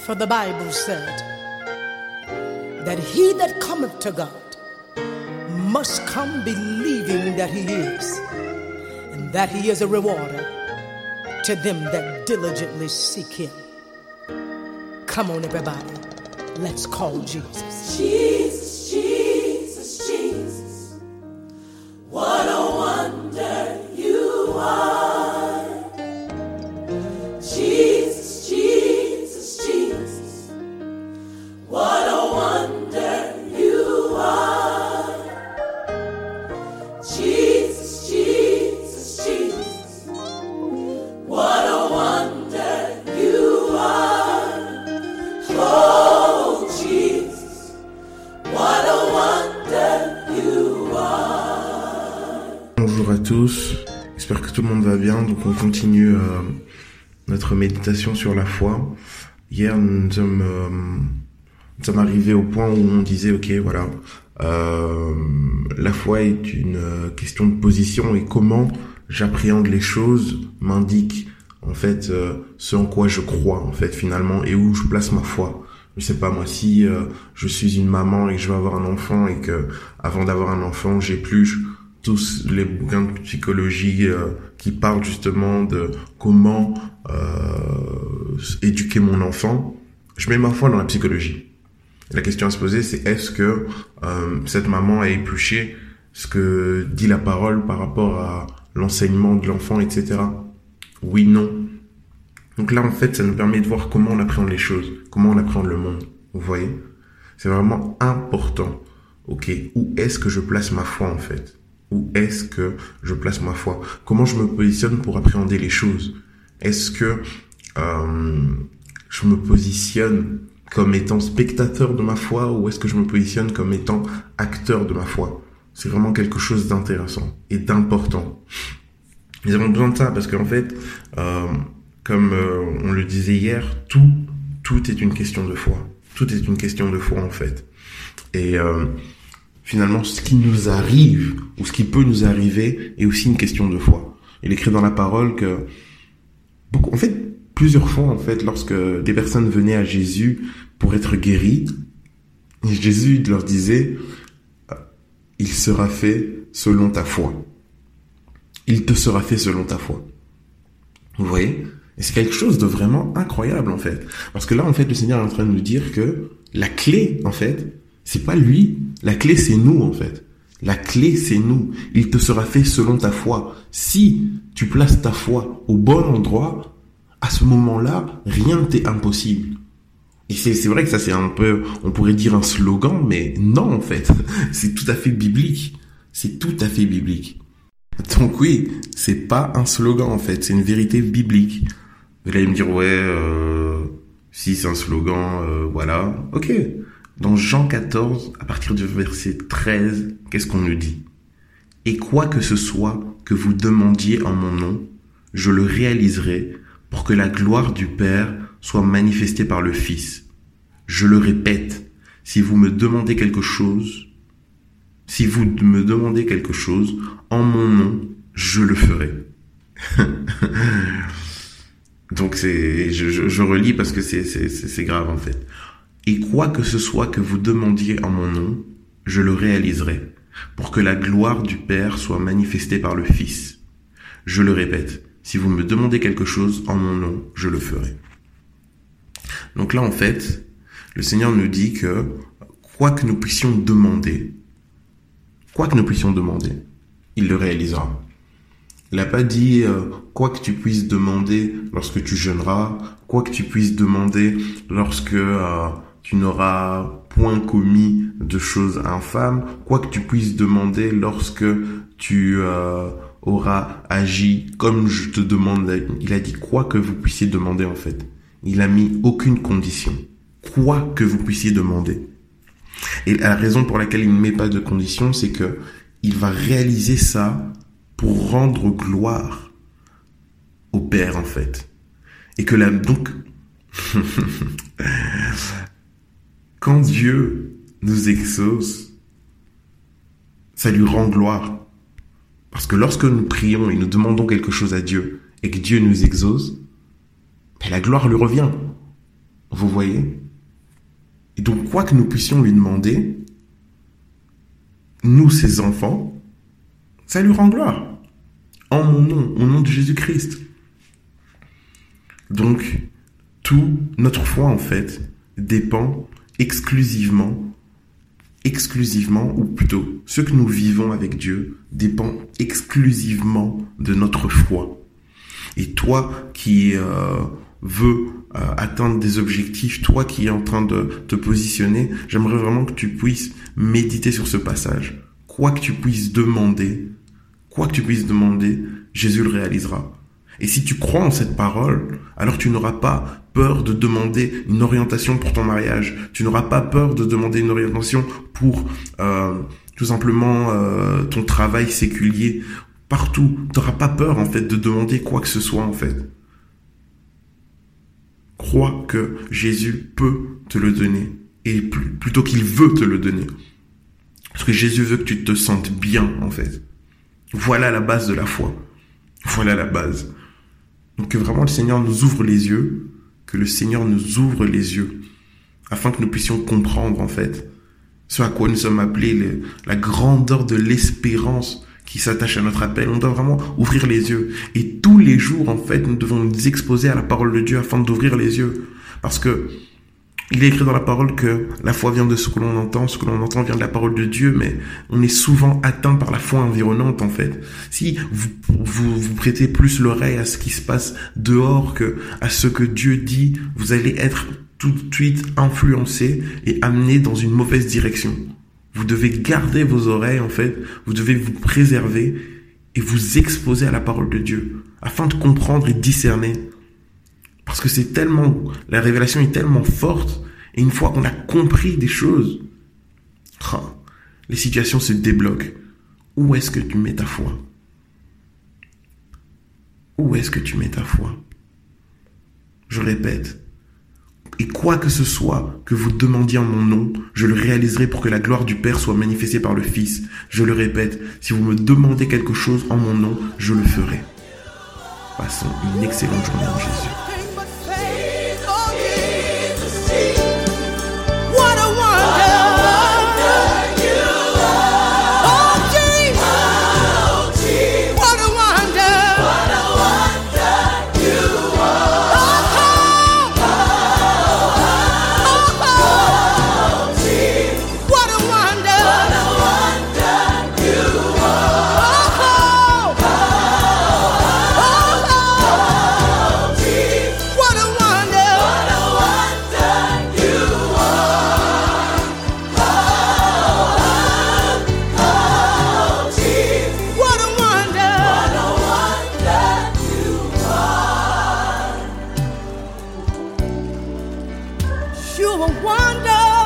For the Bible said that he that cometh to God must come believing that he is, and that he is a rewarder to them that diligently seek him. Come on, everybody, let's call Jesus. Jesus, Jesus, Jesus, what a wonder you are. Jesus, Jesus, Jesus, what a wonder you are. Jesus, Jesus, Jesus, what a wonder you are. Oh, Jesus, what a wonder you are. Bonjour à tous, j'espère que tout le monde va bien. Donc on continue notre méditation sur la foi. Hier nous sommes arrivés au point où on disait ok voilà, la foi est une question de position et comment j'appréhende les choses m'indique en fait ce en quoi je crois en fait finalement et où je place ma foi. Je sais pas moi, si je suis une maman et que je veux avoir un enfant et que avant d'avoir un enfant j'épluche tous les bouquins de psychologie qui parlent justement de comment éduquer mon enfant, je mets ma foi dans la psychologie. La question à se poser, c'est est-ce que cette maman a épluché ce que dit la parole par rapport à l'enseignement de l'enfant, etc. Oui, non. Donc là, en fait, ça nous permet de voir comment on appréhende les choses, comment on appréhende le monde. Vous voyez ? C'est vraiment important. Ok, où est-ce que je place ma foi, en fait ? Où est-ce que je place ma foi ? Comment je me positionne pour appréhender les choses ? Est-ce que je me positionne comme étant spectateur de ma foi ou est-ce que je me positionne comme étant acteur de ma foi ? C'est vraiment quelque chose d'intéressant et d'important. Nous avons besoin de ça parce qu'en fait, comme on le disait hier, tout est une question de foi. Tout est une question de foi en fait. Et finalement, ce qui nous arrive ou ce qui peut nous arriver est aussi une question de foi. Il est écrit dans la parole que plusieurs fois en fait, lorsque des personnes venaient à Jésus pour être guéries, Jésus leur disait « Il sera fait selon ta foi. Il te sera fait selon ta foi. » Vous voyez ? Et c'est quelque chose de vraiment incroyable en fait. Parce que là en fait, le Seigneur est en train de nous dire que la clé en fait, c'est pas lui. La clé c'est nous en fait. La clé c'est nous. Il te sera fait selon ta foi. Si tu places ta foi au bon endroit, à ce moment-là, rien ne t'est impossible. Et c'est vrai que ça c'est un peu, on pourrait dire un slogan, mais non en fait, c'est tout à fait biblique. C'est tout à fait biblique. Donc oui, c'est pas un slogan en fait, c'est une vérité biblique. Vous allez me dire si c'est un slogan, voilà, ok. Dans Jean 14, à partir du verset 13, qu'est-ce qu'on nous dit ? Et quoi que ce soit que vous demandiez en mon nom, je le réaliserai pour que la gloire du Père soit manifestée par le Fils. Je le répète, si vous me demandez quelque chose, en mon nom, je le ferai. Donc je relis parce que c'est grave en fait. Et quoi que ce soit que vous demandiez en mon nom, je le réaliserai, pour que la gloire du Père soit manifestée par le Fils. Je le répète, si vous me demandez quelque chose en mon nom, je le ferai. Donc là en fait, le Seigneur nous dit que quoi que nous puissions demander, il le réalisera. Il n'a pas dit quoi que tu puisses demander lorsque tu jeûneras, quoi que tu puisses demander lorsque tu n'auras point commis de choses infâmes, quoi que tu puisses demander lorsque tu auras agi comme je te demande. Il a dit quoi que vous puissiez demander en fait. Il a mis aucune condition. Quoi que vous puissiez demander. Et la raison pour laquelle il ne met pas de condition, c'est que il va réaliser ça pour rendre gloire au Père, en fait. Et que donc, quand Dieu nous exauce, ça lui rend gloire. Parce que lorsque nous prions et nous demandons quelque chose à Dieu et que Dieu nous exauce, la gloire lui revient. Vous voyez? Et donc, quoi que nous puissions lui demander, nous, ses enfants, ça lui rend gloire. En mon nom, au nom de Jésus-Christ. Donc, tout notre foi, en fait, dépend exclusivement, ou plutôt, ce que nous vivons avec Dieu dépend exclusivement de notre foi. Et toi qui veux atteindre des objectifs, toi qui es en train de te positionner, j'aimerais vraiment que tu puisses méditer sur ce passage. Quoi que tu puisses demander, Jésus le réalisera. Et si tu crois en cette parole, alors tu n'auras pas peur de demander une orientation pour ton mariage. Tu n'auras pas peur de demander une orientation pour tout simplement ton travail séculier. Partout, tu n'auras pas peur en fait de demander quoi que ce soit en fait. Crois que Jésus peut te le donner et plutôt qu'il veut te le donner. Parce que Jésus veut que tu te sentes bien en fait. Voilà la base de la foi. Voilà la base. Donc que vraiment le Seigneur nous ouvre les yeux, afin que nous puissions comprendre en fait ce à quoi nous sommes appelés, la grandeur de l'espérance qui s'attache à notre appel. On doit vraiment ouvrir les yeux. Et tous les jours en fait, nous devons nous exposer à la parole de Dieu afin d'ouvrir les yeux. Parce que il est écrit dans la parole que la foi vient de ce que l'on entend vient de la parole de Dieu, mais on est souvent atteint par la foi environnante en fait. Si vous prêtez plus l'oreille à ce qui se passe dehors que à ce que Dieu dit, vous allez être tout de suite influencé et amené dans une mauvaise direction. Vous devez garder vos oreilles en fait, vous devez vous préserver et vous exposer à la parole de Dieu afin de comprendre et discerner. Parce que la révélation est tellement forte, et une fois qu'on a compris des choses, les situations se débloquent. Où est-ce que tu mets ta foi? Où est-ce que tu mets ta foi? Je répète, et quoi que ce soit que vous demandiez en mon nom, je le réaliserai pour que la gloire du Père soit manifestée par le Fils. Je le répète, si vous me demandez quelque chose en mon nom, je le ferai. Passons une excellente journée en Jésus. You're a wonder.